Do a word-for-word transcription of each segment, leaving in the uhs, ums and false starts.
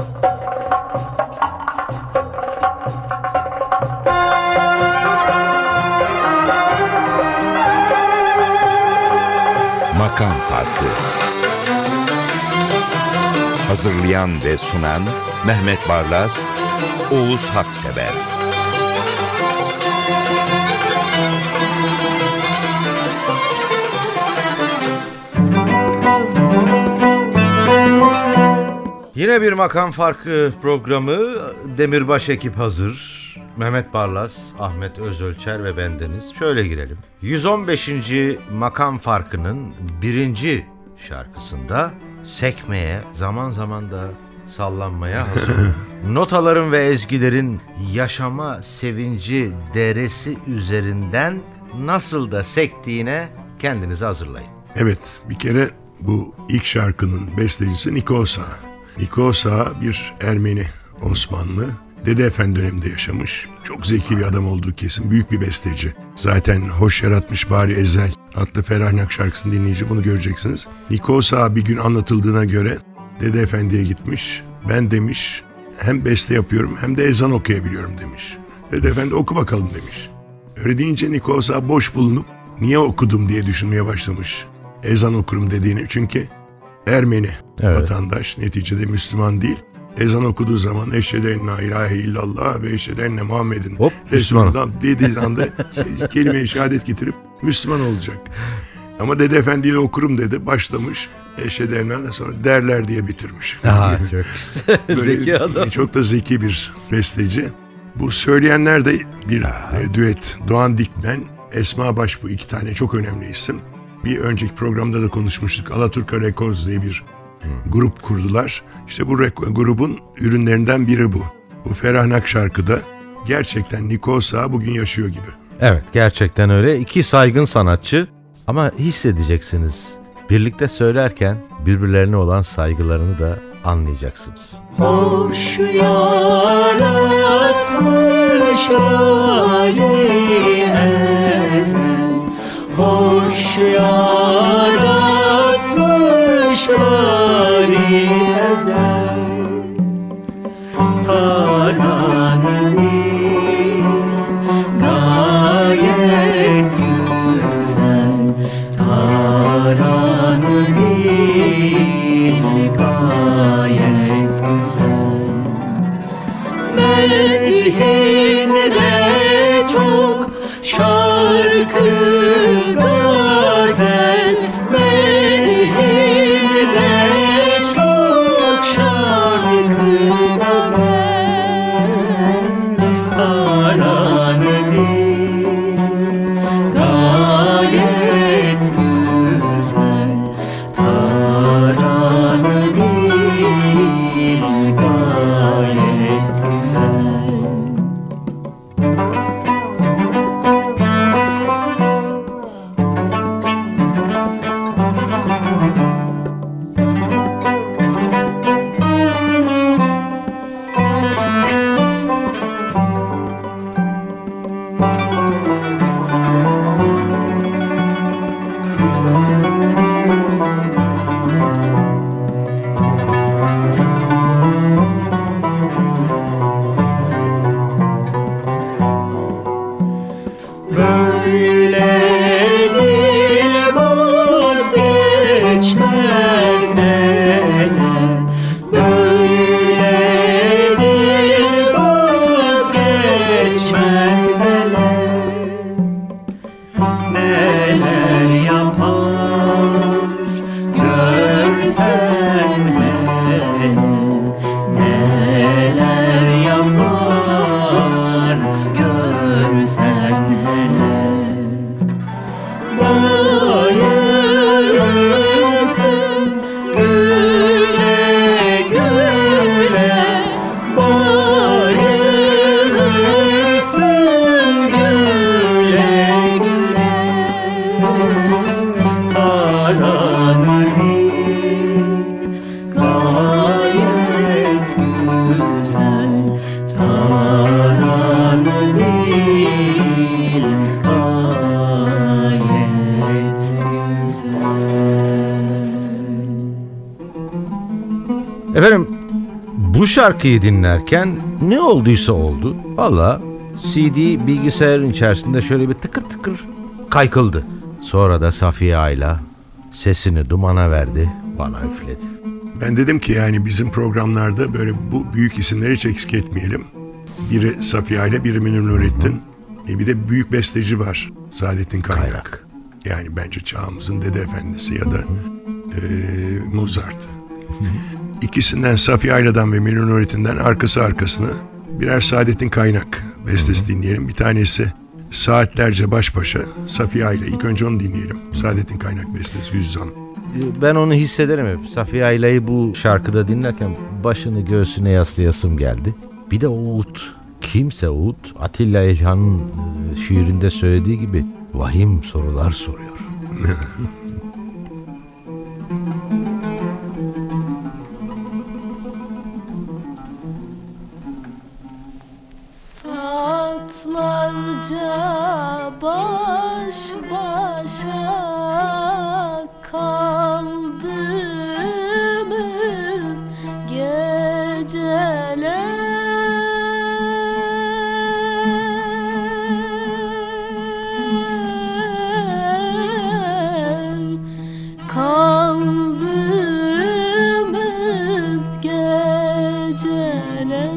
Makam Farkı. Hazırlayan ve sunan Mehmet Barlas, Oğuz Haksever. Yine bir Makam Farkı programı. Demirbaş ekip hazır. Mehmet Barlas, Ahmet Özölçer ve bendeniz. Şöyle girelim. yüz on beşinci Makam Farkı'nın birinci şarkısında sekmeye, zaman zaman da sallanmaya hazır. Notaların ve ezgilerin yaşama sevinci deresi üzerinden nasıl da sektiğine kendinizi hazırlayın. Evet, bir kere bu ilk şarkının bestecisi Nikosa. Nikosa bir Ermeni Osmanlı. Dede Efendi döneminde yaşamış. Çok zeki bir adam olduğu kesin. Büyük bir besteci. Zaten Hoş Yaratmış Bari Ezel adlı Ferahnak şarkısını dinleyince bunu göreceksiniz. Nikosa bir gün anlatıldığına göre Dede Efendi'ye gitmiş. Ben demiş hem beste yapıyorum hem de ezan okuyabiliyorum demiş. Dede Efendi oku bakalım demiş. Öyle deyince Nikosa boş bulunup niye okudum diye düşünmeye başlamış. Ezan okurum dediğini, çünkü Ermeni evet. Vatandaş, neticede Müslüman değil. Ezan okuduğu zaman eşhedü en la ilahe illallah ve eşhedü enne Muhammedin Resulullah dediği anda şey, kelime-i şehadet getirip Müslüman olacak. Ama Dede Efendi'yle okurum dedi, başlamış. Eşhedü en sonra derler diye bitirmiş. Aha, çok güzel. Zeki adam. Çok da zeki bir besteci. Bu söyleyenler de bir e, düet. Doğan Dikmen, Esma Baş, bu iki tane çok önemli isim. Bir önceki programda da konuşmuştuk. Alaturka Records diye bir hmm. grup kurdular. İşte bu rek- grubun ürünlerinden biri bu. Bu Ferahnak şarkıda gerçekten Nikosa bugün yaşıyor gibi. Evet, gerçekten öyle. İki saygın sanatçı ama hissedeceksiniz. Birlikte söylerken birbirlerine olan saygılarını da anlayacaksınız. Hoş yaratmışlar ezel, hoş yaratmışlar ezel, taranı gayet güzel, taranı gayet güzel. Medihinde çok şarkı gazel, medihinde çok şarkı gazel, taranı gayet güzel, taranı gayet güzel. Bu şarkıyı dinlerken ne olduysa oldu. Valla C D bilgisayarın içerisinde şöyle bir tıkır tıkır kaykıldı. Sonra da Safiye Ayla sesini dumana verdi, bana üfledi. Ben dedim ki yani bizim programlarda böyle bu büyük isimleri hiç eksik etmeyelim. Biri Safiye Ayla, biri Münir Nurettin. E bir de büyük besteci var, Saadettin Kaynak. Kaynak. Yani bence çağımızın Dede Efendisi ya da e, Mozart. İkisinden, Safiye Ayla'dan ve Münir Nurettin'den arkası arkasına birer Saadettin Kaynak bestesi dinleyelim. Bir tanesi Saatlerce Baş Başa, Safiye Ayla. İlk önce onu dinleyelim. Saadettin Kaynak bestesi Yüz Zam. Ben onu hissederim hep. Safiye Ayla'yı bu şarkıda dinlerken başını göğsüne yaslayasım geldi. Bir de o ut. Kimse ut, Atilla İlhan'ın e, şiirinde söylediği gibi vahim sorular soruyor. Saatlerce baş başa kaldığımız geceler kaldığımız geceler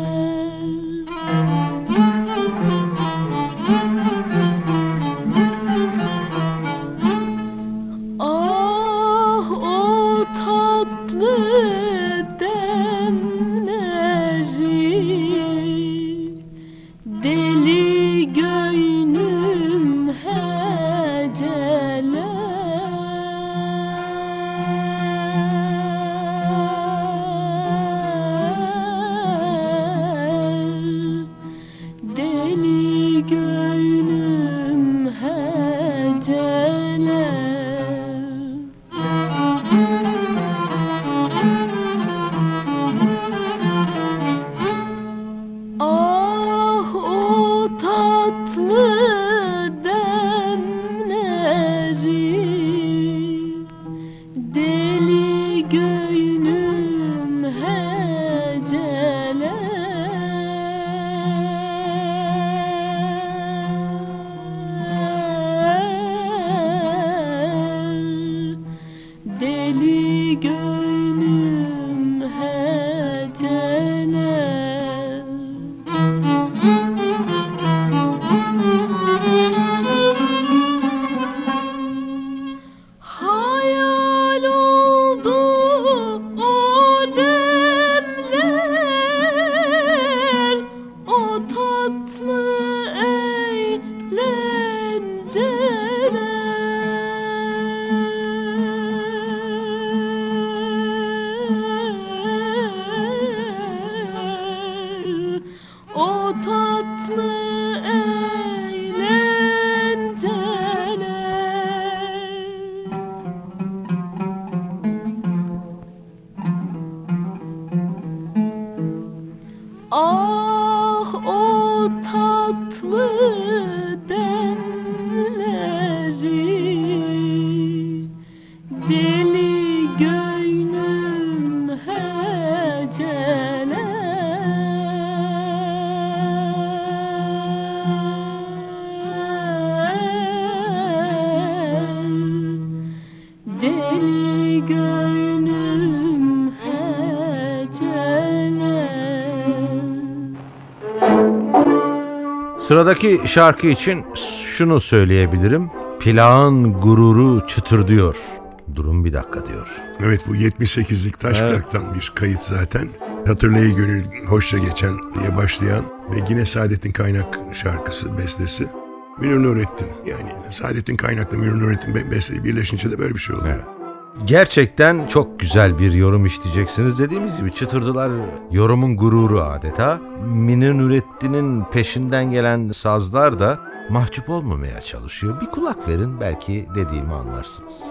Sıradaki şarkı için şunu söyleyebilirim. Plağın gururu çıtırdıyor. Durun bir dakika diyor. Evet, bu yetmiş sekizlik taş Evet. plaktan bir kayıt zaten. Hatırlayı gönül hoşça geçen diye başlayan ve yine Saadettin Kaynak şarkısı, bestesi. Münir Nurettin, yani Saadettin Kaynak'la Münir Nurettin be- bestesi birleşince de böyle bir şey oluyor. Evet. Gerçekten çok güzel bir yorum işleyeceksiniz. Dediğimiz gibi çıtırdılar, yorumun gururu adeta. Münir Nurettin'in peşinden gelen sazlar da mahcup olmamaya çalışıyor. Bir kulak verin, belki dediğimi anlarsınız.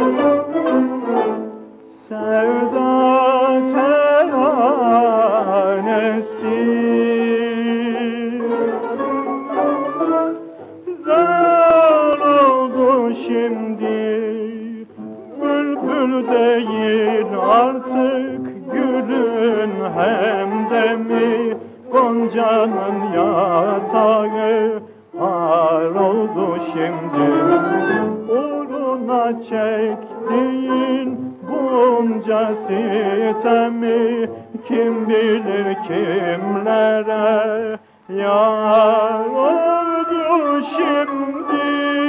Sevda terazisi hem de mi Gonca'nın yatağı har oldu şimdi. Uğruna çektiğin bunca sitemi kim bilir kimlere yar oldu şimdi.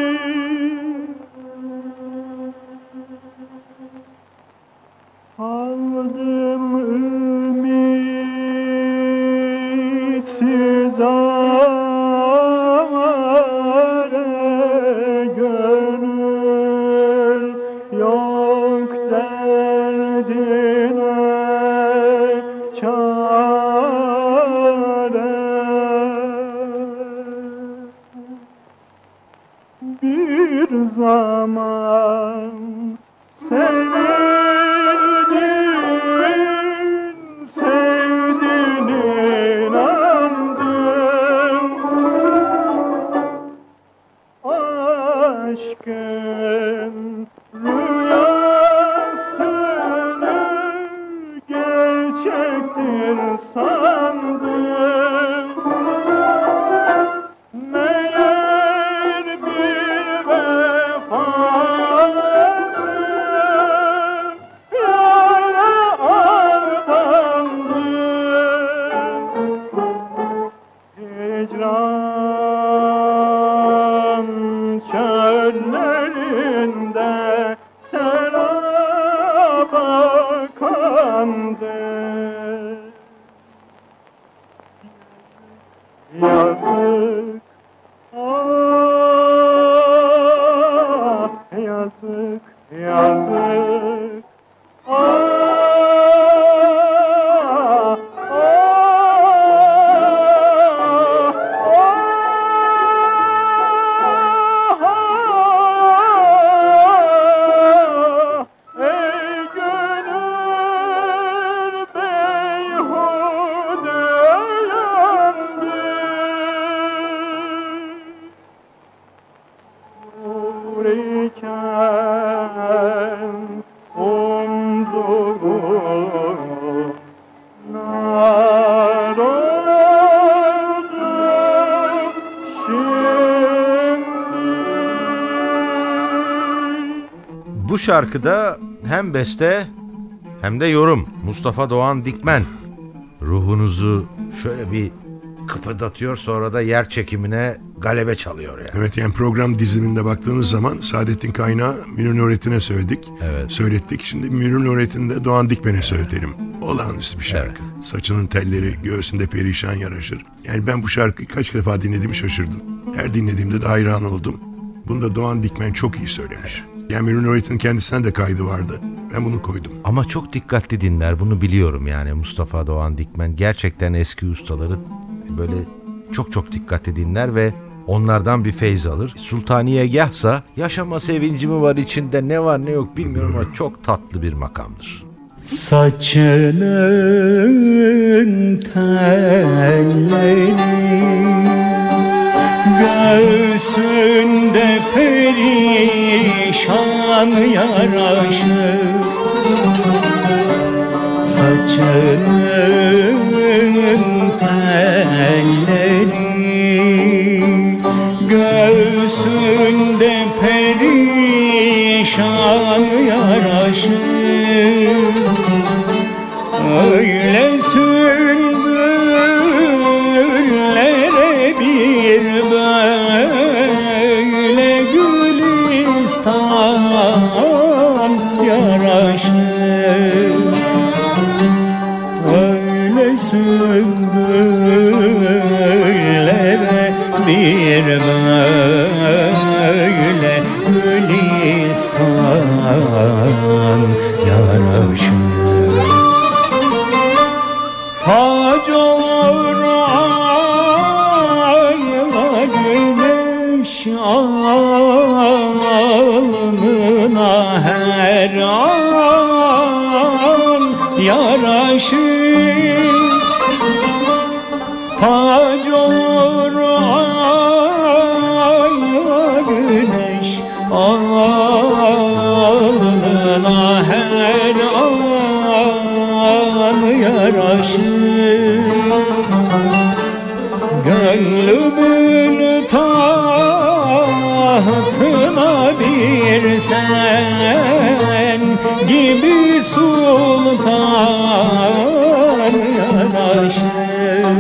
Aldım ümitsiz are gönül yok derdine çare. Bir zaman sevildin, sevdin inandım. Aşkın rüyasını gerçektir sandım. Meğer bir vefasız yara aldandım. Hicran çöllerinde seraba kandım. Yazık, ah yazık, yazık, ah, ah, ah. Ey gönül beyhude yandı. Vururken umduğum nar oldu şimdi. Bu şarkıda hem beste hem de yorum Mustafa Doğan Dikmen. Ruhunuzu şöyle bir kıpırdatıyor, sonra da yer çekimine galebe çalıyor yani. Evet, yani program diziliminde baktığınız zaman Saadettin Kaynağı Münir Nurettin'e söyledik. Evet. Söylettik. Şimdi Münir Nurettin de Doğan Dikmen'e söyletelim. Olağanüstü bir şarkı. Saçının telleri göğsünde perişan yaraşır. Yani ben bu şarkıyı kaç defa dinledim şaşırdım. Her dinlediğimde de hayran oldum. Bunu da Doğan Dikmen çok iyi söylemiş. Yani Münir Nurettin'in kendisinden de kaydı vardı. Ben bunu koydum. Ama çok dikkatli dinler, bunu biliyorum yani. Mustafa Doğan Dikmen gerçekten eski ustaları böyle çok çok dikkatli dinler ve onlardan bir feyz alır. Sultaniyegahsa yaşama sevinci mi var içinde, ne var ne yok bilmiyorum ama çok tatlı bir makamdır. Saçının telleri göğsünde perişan yaraşır. Saçının telleri göğsünde perişan yaraşır. Öyle sümbüllere bir böyle gülistan yaraşır. Öyle sümbüllere bir böyle gülistan yaraşır. Tac olur ayla güneş alnına her an yaraşır. Tac olur ayla güneş alnına her an yaraşır. Gönlümün tahtına bir sen gibi sultan yanaşır.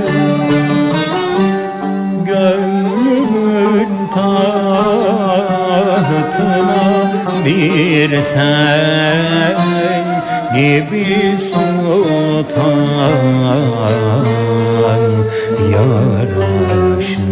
Gönlümün tahtına bir sen gibi sultan yaraşır.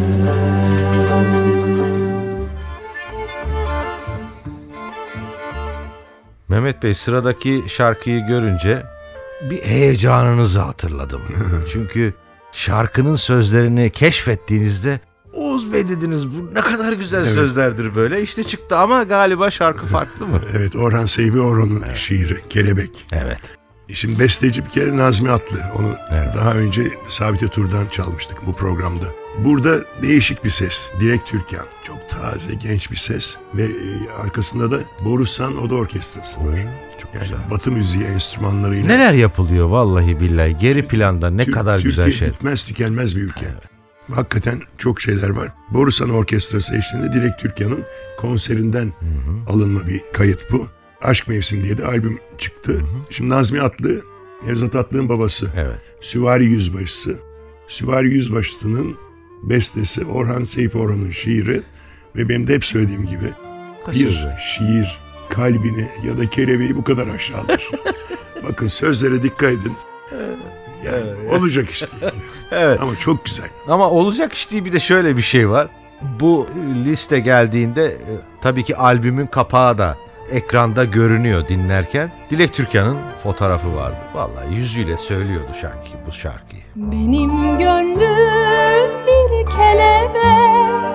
Mehmet Bey, sıradaki şarkıyı görünce bir heyecanınızı hatırladım. Çünkü şarkının sözlerini keşfettiğinizde Oğuz Bey dediniz, bu ne kadar güzel Evet. sözlerdir böyle. İşte çıktı ama galiba şarkı farklı mı? Evet, Orhan Seyfi Orhan'ın Evet. şiiri Kelebek. Evet. Şimdi besteci bir kere Nazmi Atlı. Onu Evet. daha önce Sabite Tur'dan çalmıştık bu programda. Burada değişik bir ses. Dilek Türkan. Çok taze, genç bir ses. Ve e, arkasında da Borusan Oda Orkestrası var. Çok Yani güzel. Batı müziği enstrümanlarıyla. Neler yapılıyor vallahi billahi. Geri planda ne Tür- kadar Türkiye güzel şey. bitmez tükenmez bir ülke. Hakikaten çok şeyler var. Borusan Orkestrası eşliğinde Dilek Türkan'ın konserinden alınma bir kayıt bu. Aşk Mevsim diye de albüm çıktı. Şimdi Nazmi Atlı, Nevzat Atlı'nın babası. Evet. Süvari Yüzbaşısı. Süvari Yüzbaşısı'nın bestesi, Orhan Seyfi Orhan'ın şiiri ve benim de hep söylediğim gibi bir şiir kalbini ya da kelebeği bu kadar aşağılar. Bakın sözlere dikkat edin. Yani olacak işte. Evet. Ama çok güzel. Ama olacak iş değil, bir de şöyle bir şey var. Bu liste geldiğinde e, tabii ki albümün kapağı da ekranda görünüyor dinlerken. Dilek Türkan'ın fotoğrafı vardı. Vallahi yüzüyle söylüyordu şarkı, bu şarkıyı. Benim gönlüm bir kelebek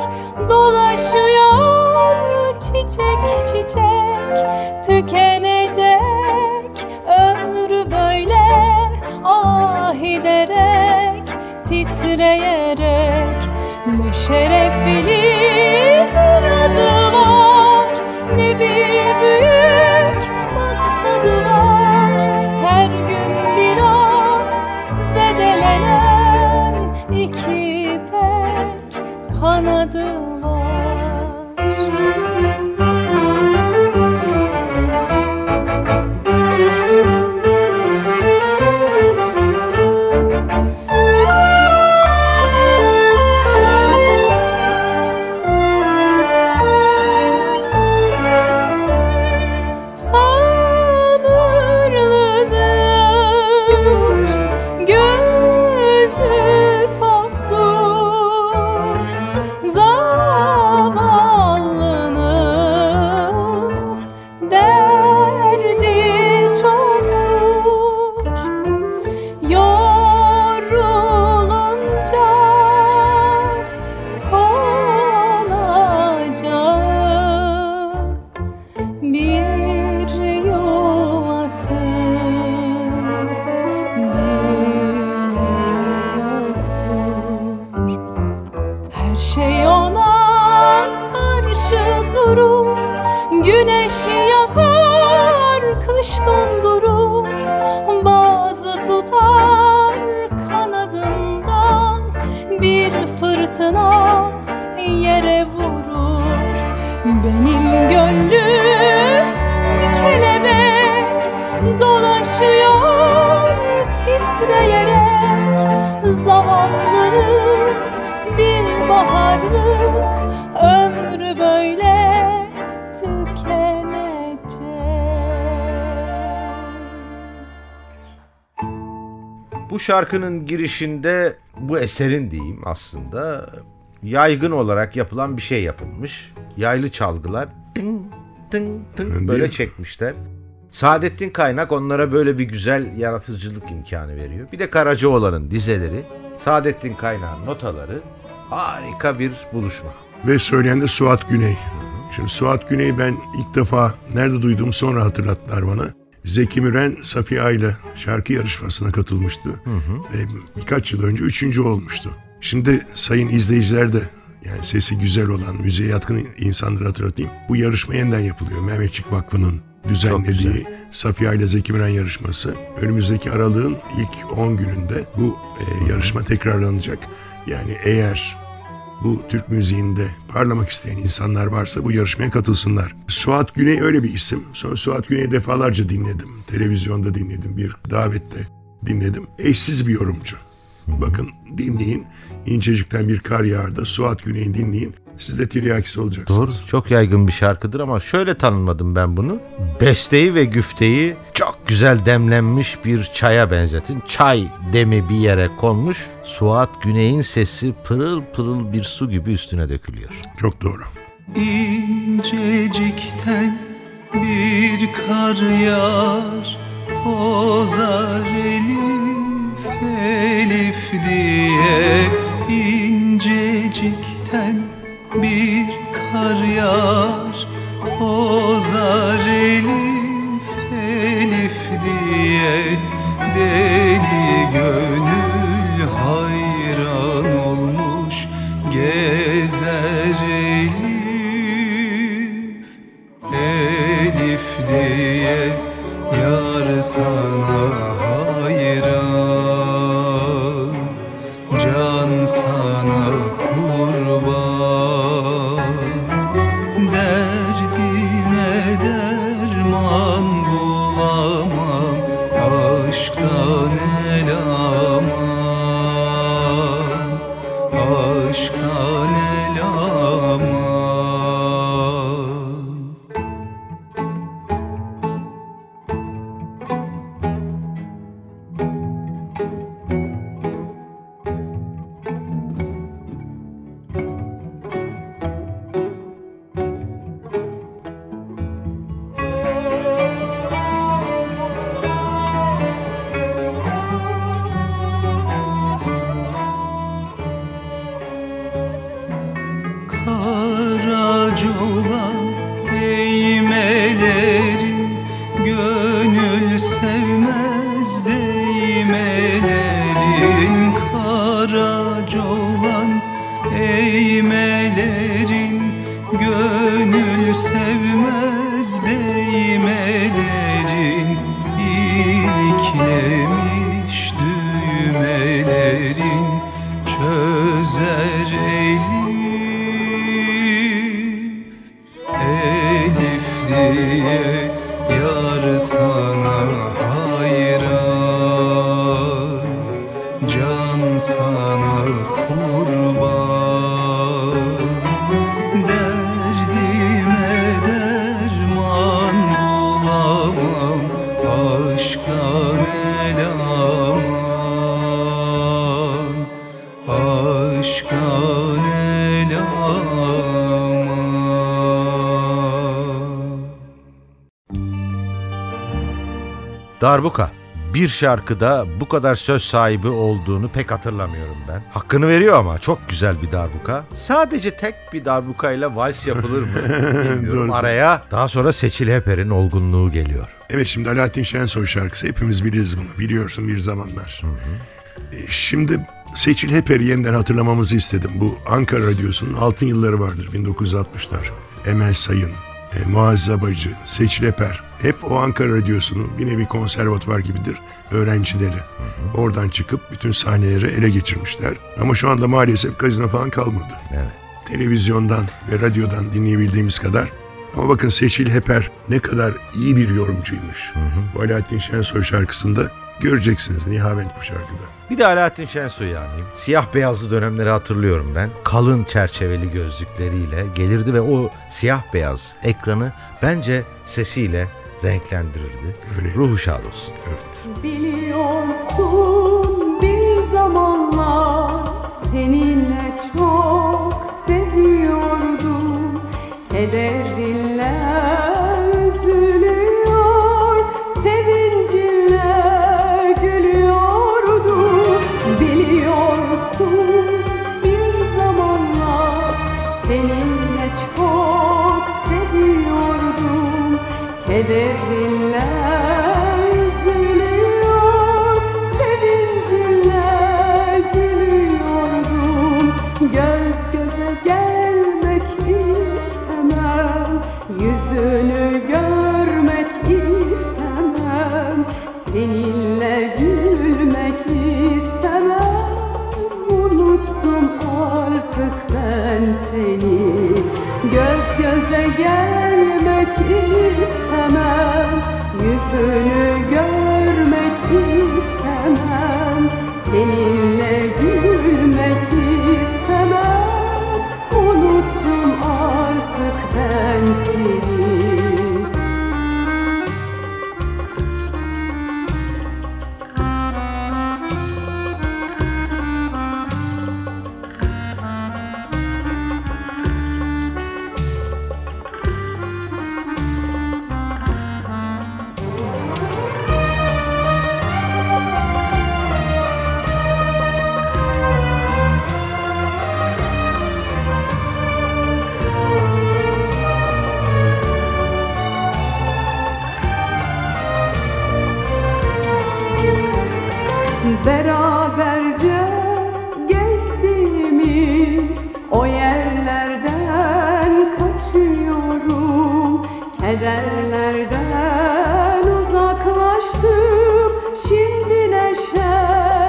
dolaşıyor çiçek çiçek, tükenecek ömrü böyle ah ederek, titreyerek. Ne şerefli bir adı var, ne bir büyük maksadı var. Her gün biraz zedelenen iki ipek kanadı var. Sabırlıdır, gözü toktur, zavallının derdi çoktur. Yorulunca konacağı bir yuvası bile yoktur. Her şey ona karşı durur, güneş yakar, kış dondurur. Bazı tutar kanadından, bir fırtına yere vurur. Benim gönlüm kelebek dolaşıyor titreyerek. Zavallının bir baharlık ömrü böyle tükenecek. Bu şarkının girişinde, bu eserin diyeyim aslında, yaygın olarak yapılan bir şey yapılmış. Yaylı çalgılar tın tın tın Değil böyle mi? çekmişler. Saadettin Kaynak onlara böyle bir güzel yaratıcılık imkanı veriyor. Bir de Karacaoğlan'ın dizeleri, Saadettin Kaynak'ın notaları, harika bir buluşma. Ve söyleyen de Suat Güney. Şimdi Suat Güney ben ilk defa nerede duydum sonra hatırlattılar bana. Zeki Müren Safiye Ayla şarkı yarışmasına katılmıştı. Ve birkaç yıl önce üçüncü olmuştu. Şimdi sayın izleyiciler de, yani sesi güzel olan, müziğe yatkın insanları hatırlatayım. Bu yarışma yeniden yapılıyor. Mehmetçik Vakfı'nın düzenlediği Safiye ile Zeki Müren yarışması. Önümüzdeki aralığın ilk on gününde bu e, yarışma tekrarlanacak. Yani eğer bu Türk müziğinde parlamak isteyen insanlar varsa bu yarışmaya katılsınlar. Suat Güney öyle bir isim. Sonra Suat Güney'i defalarca dinledim. Televizyonda dinledim, bir davette dinledim. Eşsiz bir yorumcu. Bakın dinleyin. İncecikten bir kar yağarda Suat Güney'i dinleyin. Siz de tiryakisi olacaksınız. Doğru. Çok yaygın bir şarkıdır ama şöyle tanımladım ben bunu. Besteyi ve güfteyi çok güzel demlenmiş bir çaya benzetin. Çay demi bir yere konmuş. Suat Güney'in sesi pırıl pırıl bir su gibi üstüne dökülüyor. Çok doğru. İncecikten bir kar yağar, tozar elif elif diye. İncecikten bir kar yağar, tozar elif elif diye. Deli gönül hayran olmuş, gezer elif elif diye. Yar sana hayran, can sana kurban. Derdime derman bulamam, aşktan el aman, aşktan el aman. Karaca olan eğmelerin, gönül sevmez değmelerin. Karaca olan eğmelerin, gönül sevmez değmelerin. İliklemiş düğmelerin, çözer elif elif diye. Yar sana hayran, can sana kurban. Derdime derman bulamam, aşktan el aman, aşktan el aman. Darbuka. Bir şarkıda bu kadar söz sahibi olduğunu pek hatırlamıyorum ben. Hakkını veriyor ama çok güzel bir darbuka. Sadece tek bir darbukayla vals yapılır mı bilmiyorum. Araya daha sonra Seçil Heper'in olgunluğu geliyor. Evet, şimdi Alaaddin Şensoy şarkısı, hepimiz biliriz bunu. Biliyorsun bir zamanlar. Hı hı. E, şimdi Seçil Heper'i yeniden hatırlamamızı istedim. Bu Ankara Radyosu'nun altın yılları vardır, bin dokuz yüz altmışlar. Emel Sayın, e, Muazzez Bacı, Seçil Heper. Hep o Ankara Radyosu'nun bir nevi konservatuvar gibidir öğrencileri. Hı hı. Oradan çıkıp bütün sahneleri ele geçirmişler. Ama şu anda maalesef gazino falan kalmadı. Evet. Televizyondan ve radyodan dinleyebildiğimiz kadar. Ama bakın Seçil Heper ne kadar iyi bir yorumcuymuş. Hı hı. Bu Alaaddin Şensoy şarkısında göreceksiniz Nihavent bu şarkıda. Bir de Alaaddin Şensoy'u anayım. Siyah beyazlı dönemleri hatırlıyorum ben. Kalın çerçeveli gözlükleriyle gelirdi ve o siyah beyaz ekranı bence sesiyle renklendirirdi. Öyle. Ruhu şad olsun. Evet. Biliyorsun bir zamanlar seninle çok seviyordum. Kederinle üzülüyor, sevincinle gülüyordum. Biliyorsun bir zamanlar seninle çok seviyordum. Kederinle üzülüyor, sevincinle gülüyordum. Göz göze gelmek istemem, Kederlerden uzaklaştım, şimdi neşe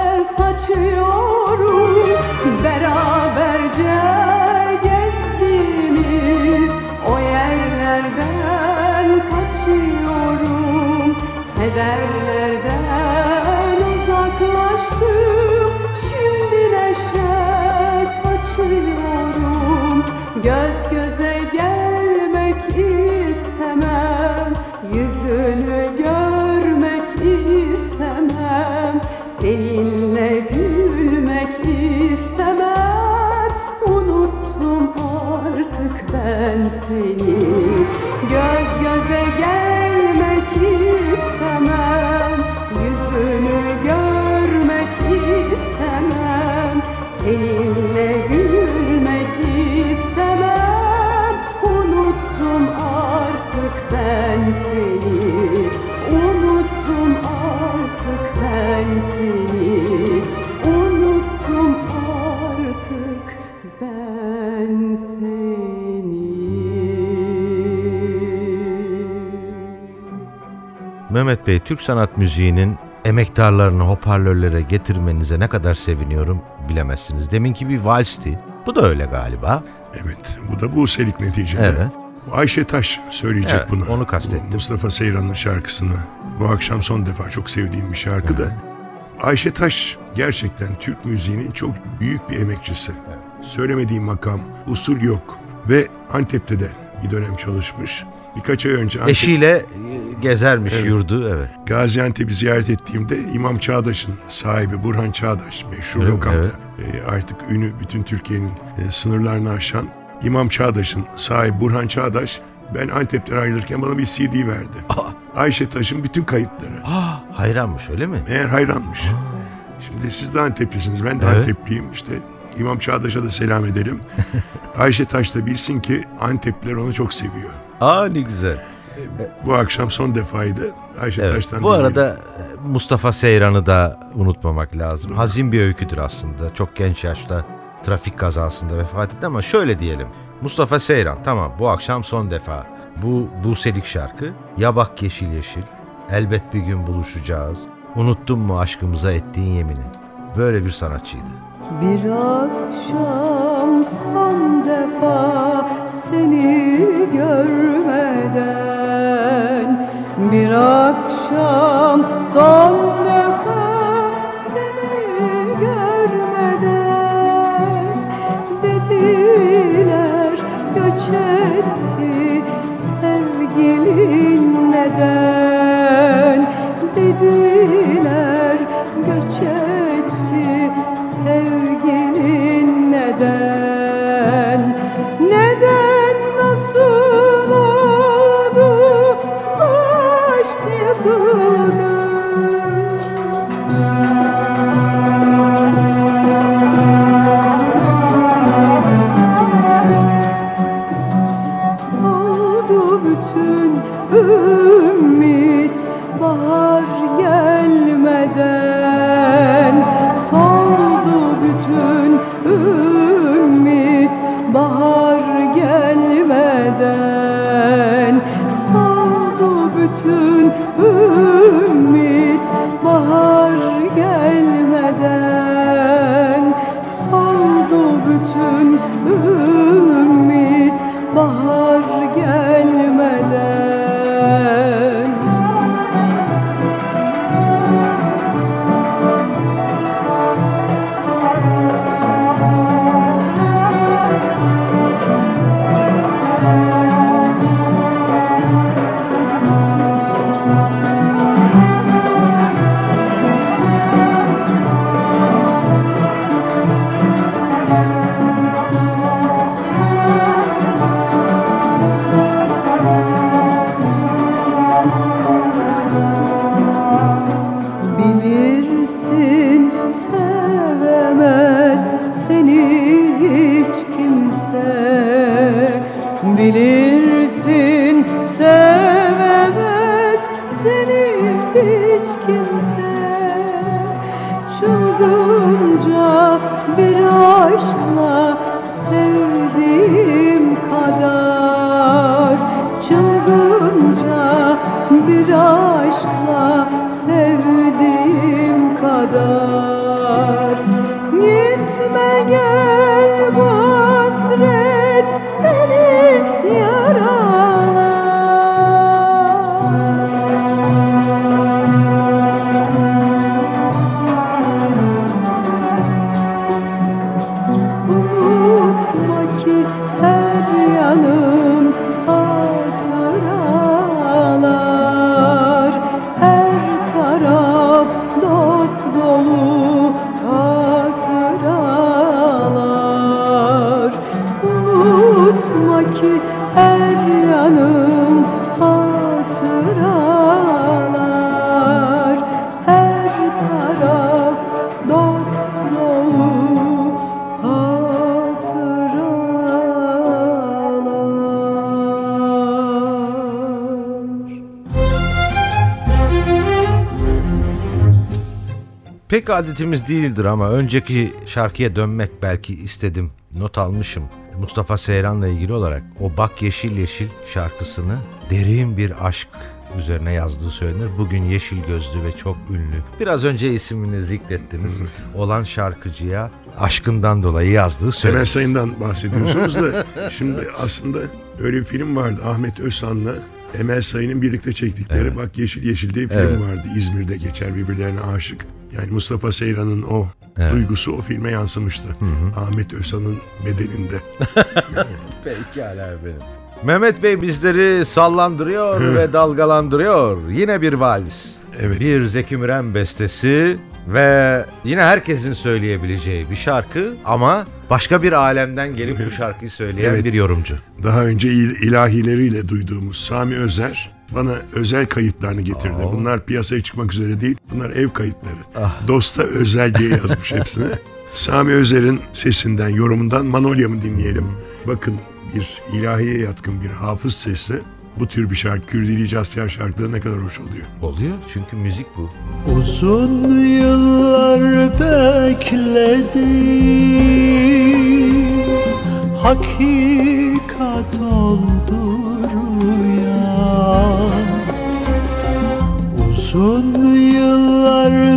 saçıyorum. Beraberce gezdiğimiz o yerlerden kaçıyorum. Kederlerden uzaklaştım, şimdi neşe saçıyorum. Göz göze gelmek istemem, yüzünü görmek istemem, seninle gülmek istemem. Unuttum artık ben seni. Göz göze gelmek istemem, yüzünü görmek istemem, seninle gülmek istemem. Unuttum artık ben seni. Unuttum artık ben seni. Unuttum artık ben seni. Mehmet Bey, Türk sanat müziğinin emektarlarını hoparlörlere getirmenize ne kadar seviniyorum bilemezsiniz. Deminki bir valsti. Bu da öyle galiba. Evet, bu da Buse'lik neticede. Evet. Bu Ayşe Taş söyleyecek Evet, bunu. onu kastettim. Bu Mustafa Seyran'ın şarkısını. Bu akşam son defa çok sevdiğim bir şarkı da. Ayşe Taş gerçekten Türk müziğinin çok büyük bir emekçisi. Söylemediği makam, usul yok. Ve Antep'te de bir dönem çalışmış. Birkaç ay önce Antep, Eşiyle e, gezermiş Evet. yurdu. Evet. Gaziantep'i ziyaret ettiğimde İmam Çağdaş'ın sahibi Burhan Çağdaş, meşhur Evet, lokanta. evet. E, artık ünü bütün Türkiye'nin e, sınırlarını aşan İmam Çağdaş'ın sahibi Burhan Çağdaş, ben Antep'ten ayrılırken bana bir C D verdi. Ayşe Taş'ın bütün kayıtları. Ah, hayranmış öyle mi? Meğer hayranmış. Şimdi siz de Anteplisiniz, ben de Evet. Antepliyim. İşte İmam Çağdaş'a da selam edelim. Ayşe Taş da bilsin ki Antepliler onu çok seviyor. Aa, ne güzel. Bu akşam son defaydı. Ayşe Evet. Taş'tan Bu dinleyelim. arada e, Mustafa Seyran'ı da unutmamak lazım. Hazin bir öyküdür aslında. Çok genç yaşta trafik kazasında vefat etti ama şöyle diyelim. Mustafa Seyran, tamam, bu akşam son defa. Bu Buse'lik şarkı. Ya bak yeşil yeşil, elbet bir gün buluşacağız. Unuttun mu aşkımıza ettiğin yemini? Böyle bir sanatçıydı. Bir akşam son defa seni görmeden, bir akşam son defa seni görmeden, dediler göç etti sevgilin neden, dediler göç etti sevgilin neden, neden, nasıl oldu aşk yıkıldı? pek adetimiz değildir ama önceki şarkıya dönmek belki istedim. Not almışım. Mustafa Seyran'la ilgili olarak o Bak Yeşil Yeşil şarkısını derin bir aşk üzerine yazdığı söylenir. Bugün yeşil gözlü ve çok ünlü, biraz önce ismini zikrettiniz olan şarkıcıya aşkından dolayı yazdığı söylenir. Emel Sayın'dan bahsediyorsunuz da şimdi aslında öyle bir film vardı, Ahmet Özhan'la Emel Sayın'ın birlikte çektikleri evet. Bak Yeşil Yeşil diye bir film evet. vardı. İzmir'de geçer, birbirlerine aşık. Yani Mustafa Seyran'ın o evet. duygusu o filme yansımıştı. Hı hı. Ahmet Özhan'ın bedeninde. Pekala efendim. Mehmet Bey bizleri sallandırıyor hı. ve dalgalandırıyor. Yine bir vals. Evet. Bir Zeki Müren bestesi ve yine herkesin söyleyebileceği bir şarkı ama başka bir alemden gelip bu şarkıyı söyleyen evet. bir yorumcu. Daha önce il- ilahileriyle duyduğumuz Sami Özer bana özel kayıtlarını getirdi. Aa. Bunlar piyasaya çıkmak üzere değil. Bunlar ev kayıtları. Ah. Dosta özel diye yazmış hepsine. Sami Özer'in sesinden, yorumundan Manolya'mı dinleyelim. Bakın bir ilahiye yatkın bir hafız sesi bu tür bir şarkı, Kürdili Casyar şarkıları ne kadar hoş oluyor. Oluyor çünkü müzik bu. Uzun yıllar bekledim, hakikat oldu rüya. Uzun yıllar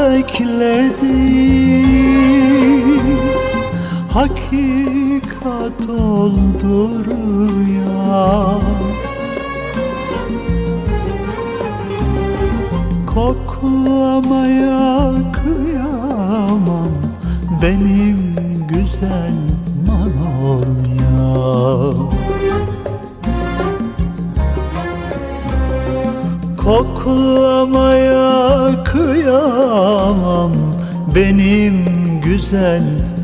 bekledim, hakikat oldu rüya. Koklamaya kıyamam benim güzel Manolyam. Koklamaya kıyamam benim güzel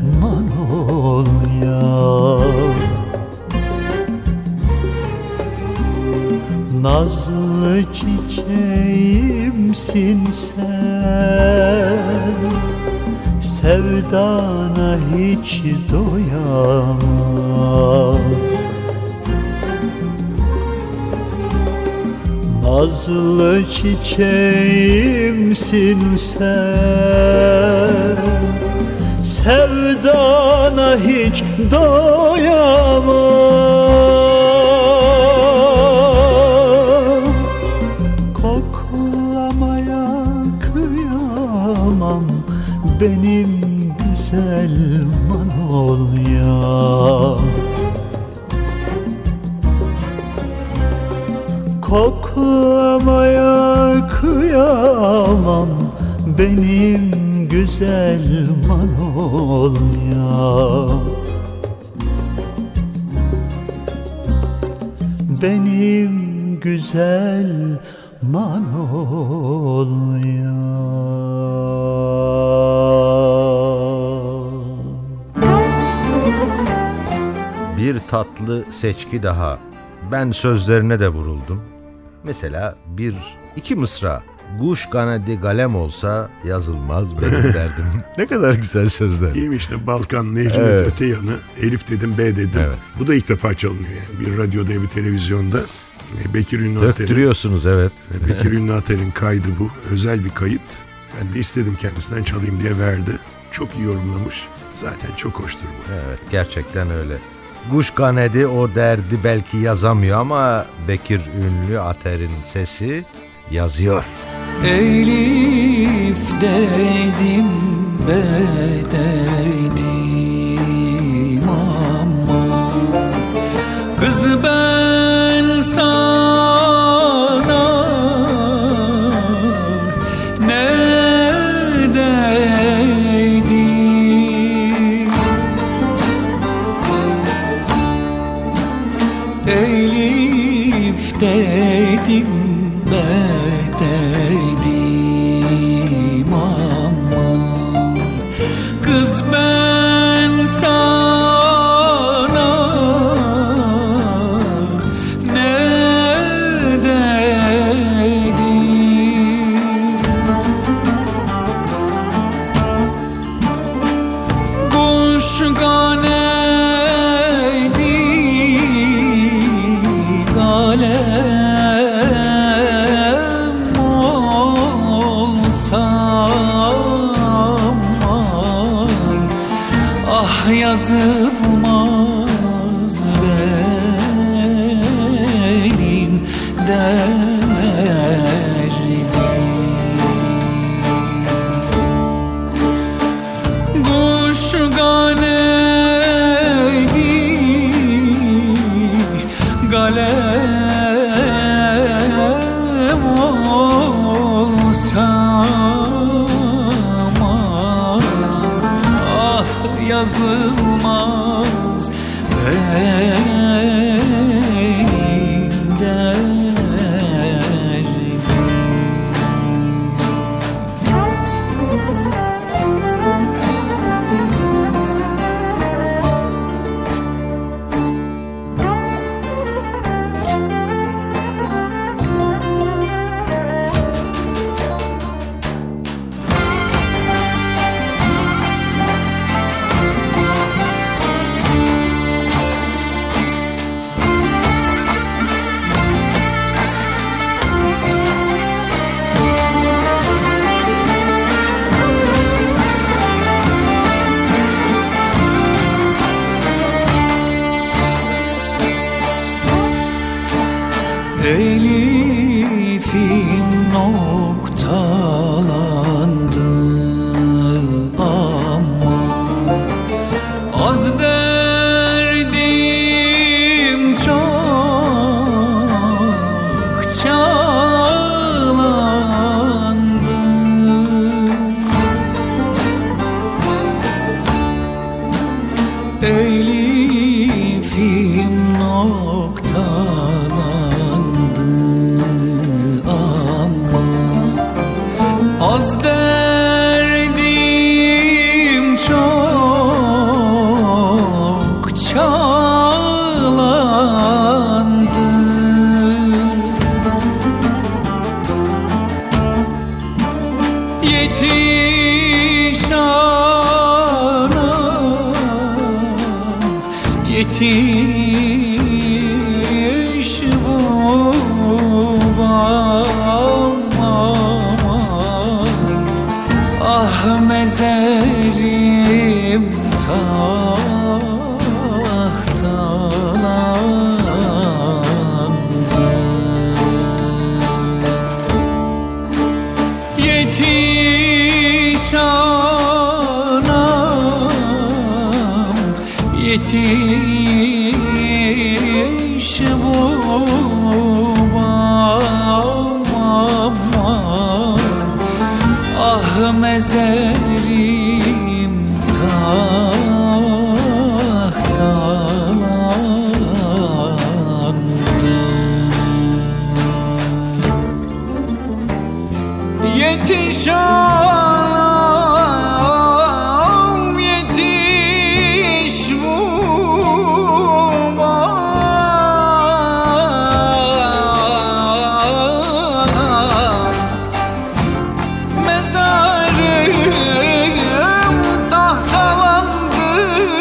Manolyam. Nazlı çiçeğimsin sen, sevdana hiç doyamam. Nazlı çiçeğimsin sen, sevdana hiç doyamam. Benim güzel Manolyam. Koklamaya kıyamam benim güzel Manolyam. Benim güzel Manolyam. Bir tatlı seçki daha. Ben sözlerine de vuruldum. Mesela bir iki mısra. Kuş kanadı kalem olsa yazılmaz benim derdim. Ne kadar güzel sözler. İyiyim işte, Balkan, Necmet evet. öte yanı, Elif dedim, B dedim. Evet. Bu da ilk defa çalınıyor yani. Bir radyoda, bir televizyonda. Bekir Ünlü Ater'in. Döktürüyorsunuz evet. Bekir Ünlü Ater'in kaydı bu. Özel bir kayıt. Ben de istedim kendisinden çalayım diye verdi. Çok iyi yorumlamış. Zaten çok hoştur bu. Evet, gerçekten öyle. Kuş kanadı o derdi belki yazamıyor ama Bekir Ünlü Ater'in sesi yazıyor. Elif dedim, be dedim ama kız ben sana ne dedim? Elif dedim, be dedim ama kız ben sana ne dedim? Kuş kanedi kalem olsa ah yazılmaz benim derdim. Kuş kanedi kalem olsam ah yazılmaz benim derdim. Elif'in noktalandı ama az derdim çok çalandı. Elif'in noktalandı ama az derdim çok çalandı. Yetiş anam, yetiş babam, ah mezerim tahtalandı. Yetiş anam, yetiş babam, ah mezerim tahtalandı. Yetiş anam, yetiş babam, mezarım tahtalandı.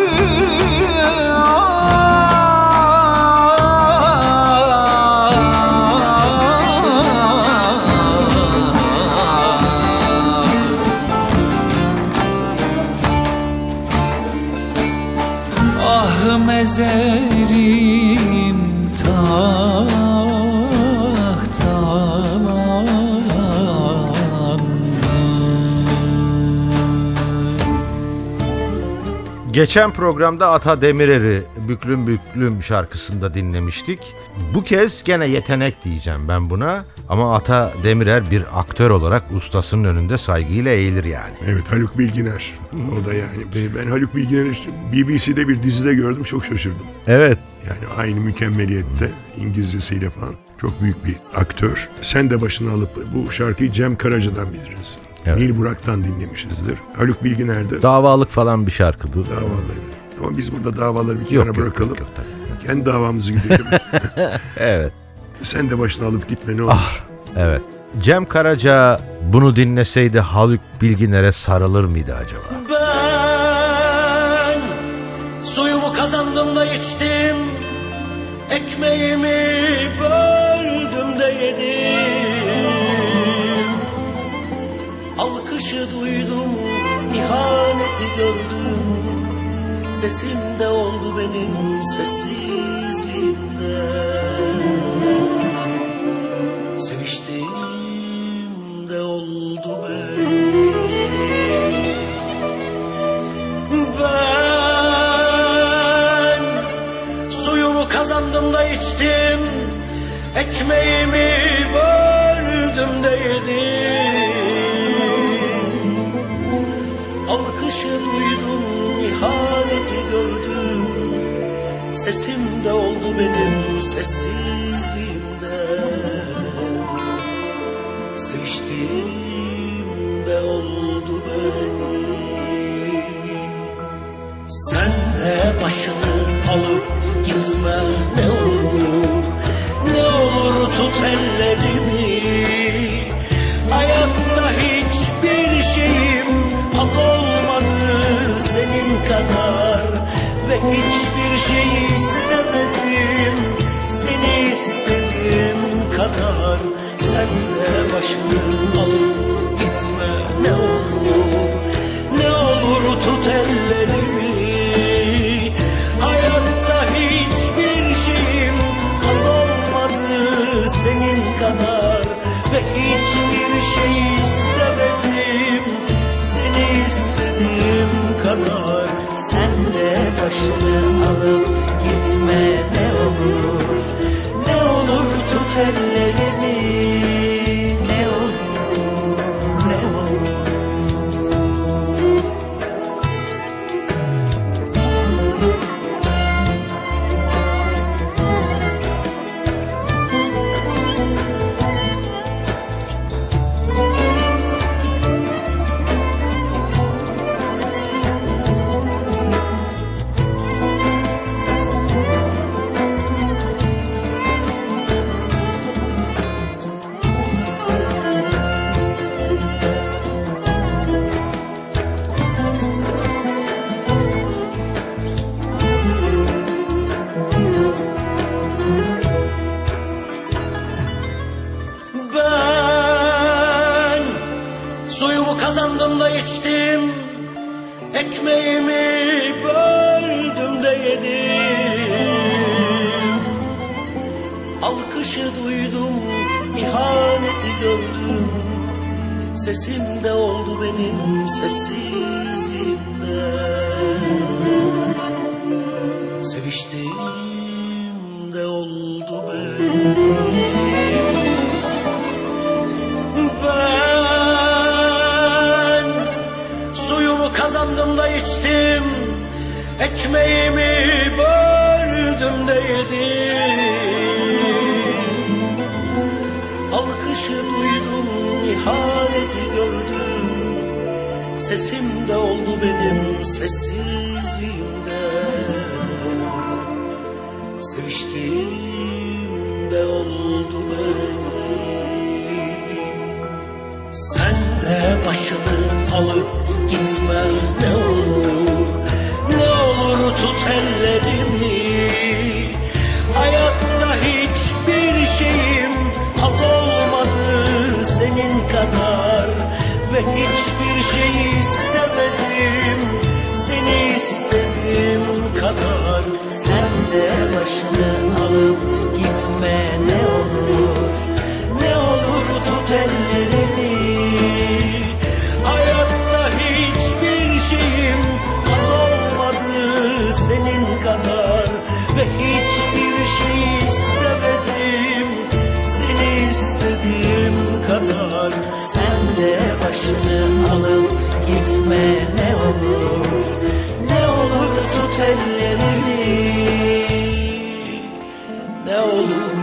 Ah mezerim tahtalandı. Geçen programda Ata Demirer'i Büklüm Büklüm şarkısında dinlemiştik. Bu kez gene yetenek diyeceğim ben buna. Ama Ata Demirer bir aktör olarak ustasının önünde saygıyla eğilir yani. Evet, Haluk Bilginer. O da yani. Ben Haluk Bilginer'i B B C'de bir dizide gördüm, çok şaşırdım. Evet. Yani aynı mükemmeliyette, İngilizcesiyle falan. Çok büyük bir aktör. Sen de başına alıp bu şarkıyı Cem Karaca'dan biliriz. Evet. Nil Burak'tan dinlemişizdir. Haluk Bilginer'de Davalık falan bir şarkıdır. davalı. Ama biz burada davaları bir Yok, kenara yok, bırakalım. yok, yok, tabii. Kendi davamızı gidelim. Evet. Sen de başına alıp gitme, ne olur. Ah, evet. Cem Karaca bunu dinleseydi Haluk Bilginer'e sarılır mıydı acaba? Ben suyumu kazandım da içtim, ekmeğimi böldüm de yedim. Alkışı duydum, ihaneti gördüm, sesimde oldu benim sessizliğimde. Seviştiğimde oldu benim. Ben suyumu kazandım da içtim, ekmeğimi böldüm de yedim. Alkışı duydum, ihaneti gördüm. Sesim de oldu benim sessizliğimde. Seviştiğimde oldu benim. Sen de başını alıp gitme ne olur. Ne olur tut ellerimi. Hayatta hiçbir şeyim az olmadı senin kadar. Ve hiçbir şey istemedim seni istediğim kadar. Sen de başını alıp gitme ne olur. Ne olur tut ellerimi. Hayatta hiçbir şeyim az olmadı senin kadar. Ve hiçbir şey istemedim seni istediğim kadar. Sen de başını alıp gitme ne olur. Ne olur tut ellerimi. Ne olur, ne olur. Kazandım da içtim, ekmeğimi böldüm de yedim. Alkışı duydum, ihaneti gördüm. Sesim de oldu benim sessizliğimde. Seviştiğim de oldu benim. Kazandım da içtim, ekmeğimi böldüm de yedim. Alkışı duydum, ihaneti gördüm. Sesim de oldu benim sessizliğimde. Seviştiğim de oldu benim. Sen de başını alıp gitme ne olur. Ne olur tut ellerimi. Hayatta hiçbir şeyim az olmadı senin kadar. Ve hiçbir şey istemedim seni istediğim kadar. Sen de başını alıp gitme ne olur. Ne olur tut ellerimi. Hayatta hiçbir şeyim az olmadı senin kadar. Ve hiçbir şey istemedim seni istediğim kadar. Sen de başını alıp gitme ne olur. Ne olur tut ellerimi. Ne olur.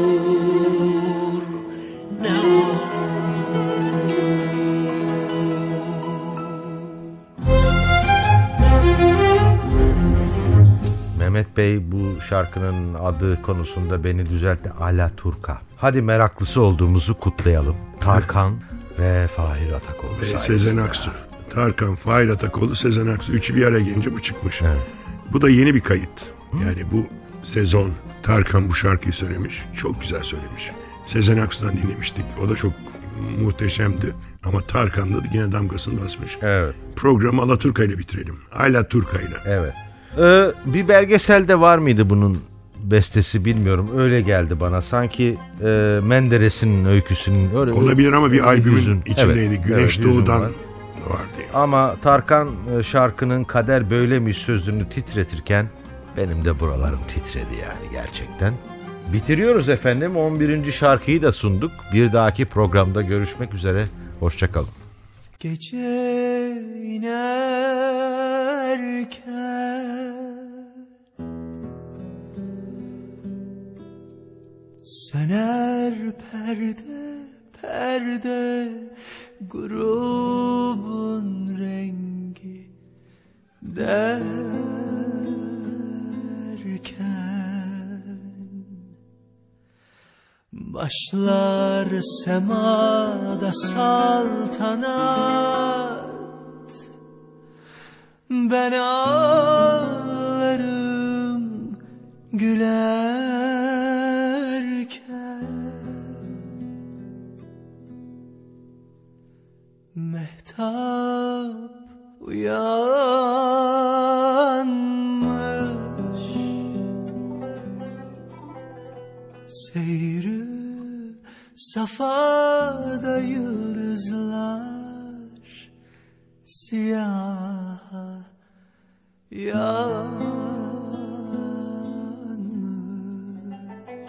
Mehmet Bey bu şarkının adı konusunda beni düzeltti. Alaturka. Hadi meraklısı olduğumuzu kutlayalım. Tarkan ve Fahir Atakoğlu Ve sayesinde. Sezen Aksu. Tarkan, Fahir Atakoğlu, Sezen Aksu. Üçü bir araya gelince bu çıkmış. Evet. Bu da yeni bir kayıt. Yani bu sezon Tarkan bu şarkıyı söylemiş. Çok güzel söylemiş. Sezen Aksu'dan dinlemiştik. O da çok muhteşemdi. Ama Tarkan da yine damgasını basmış. Evet. Programı Alaturka ile bitirelim. Alaturka ile. Evet. Ee, bir belgeselde var mıydı bunun bestesi bilmiyorum. Öyle geldi bana. Sanki e, Menderes'in öyküsünün öyle olabilir ama bir albümün hüzün. içindeydi. Evet, Güneş evet, Doğu'dan var. vardı. Ama Tarkan e, şarkının kader böylemiş sözünü titretirken benim de buralarım titredi yani gerçekten. Bitiriyoruz efendim. on birinci şarkıyı da sunduk. Bir dahaki programda görüşmek üzere. Hoşçakalın. Gece inerken söner perde perde grubun rengi derken başlar semada saltanat, ben ağlarım gülerken. Mehtap uyanmış, seyrü safada yıldızlar siyah yanmış.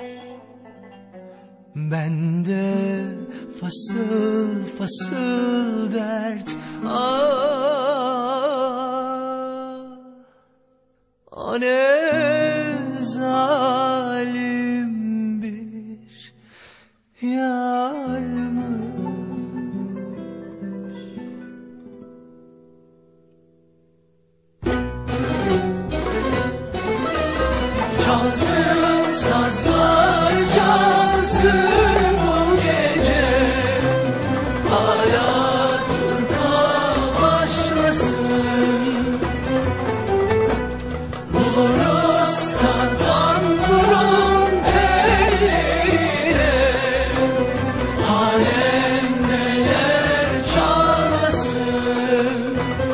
Bende fasıl fasıl dert, ah, o ne zalim bir yarmış. Çalsın sazlar, çalsın bu gece, hala turka başlasın. Buluruz tantan burun tellerine, alem neler çalsın.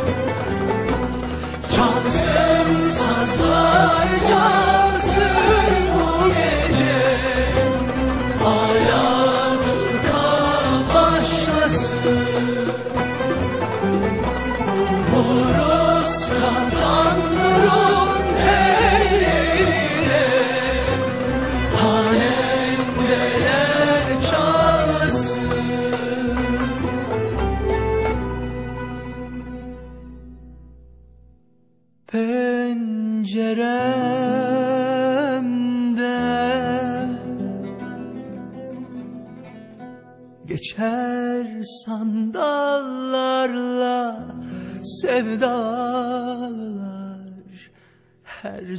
Çalsın sazlar, çalsın bu gece, hala turka başlasın. Buluruz tantan burun tellerine, alem neler çalsın. Penceremde geçer sandallarla sevdalılar her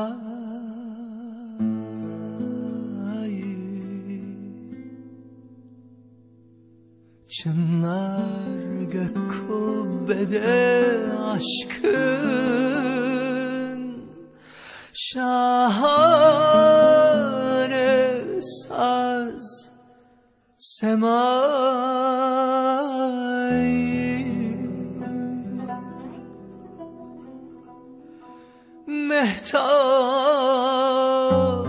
cayı. Çınlar gök kubbede aşkın şahane saz semayı. Mehtap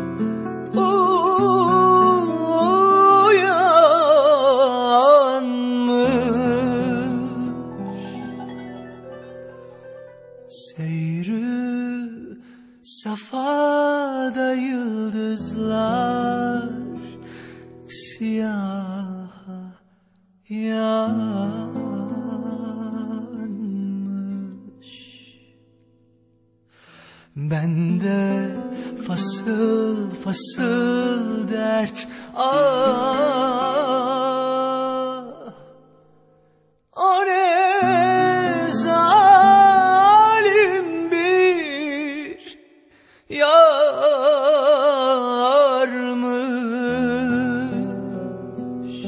seyrü safada yıldızlar siyah yanmış. Bende fasıl fasıl dert, ah, o ne zalim bir yarmış.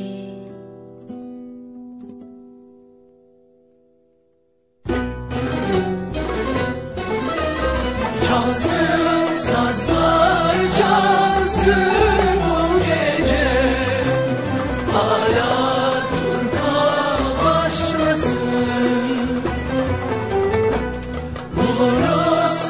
Çalsın sazlar, çalsın bu gece, hala turka başlasın. Buluruz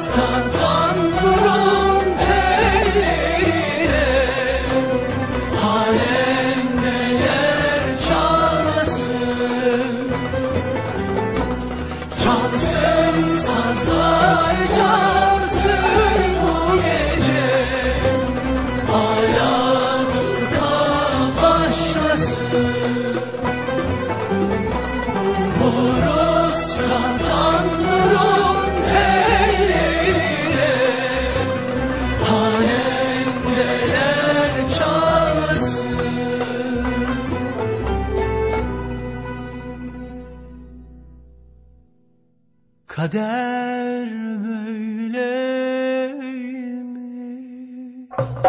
Kader böyle mi?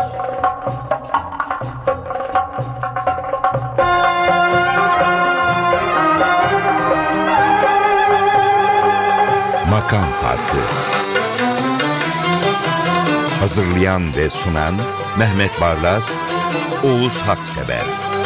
Makam Farkı. Hazırlayan ve sunan Mehmet Barlas, Oğuz Haksever.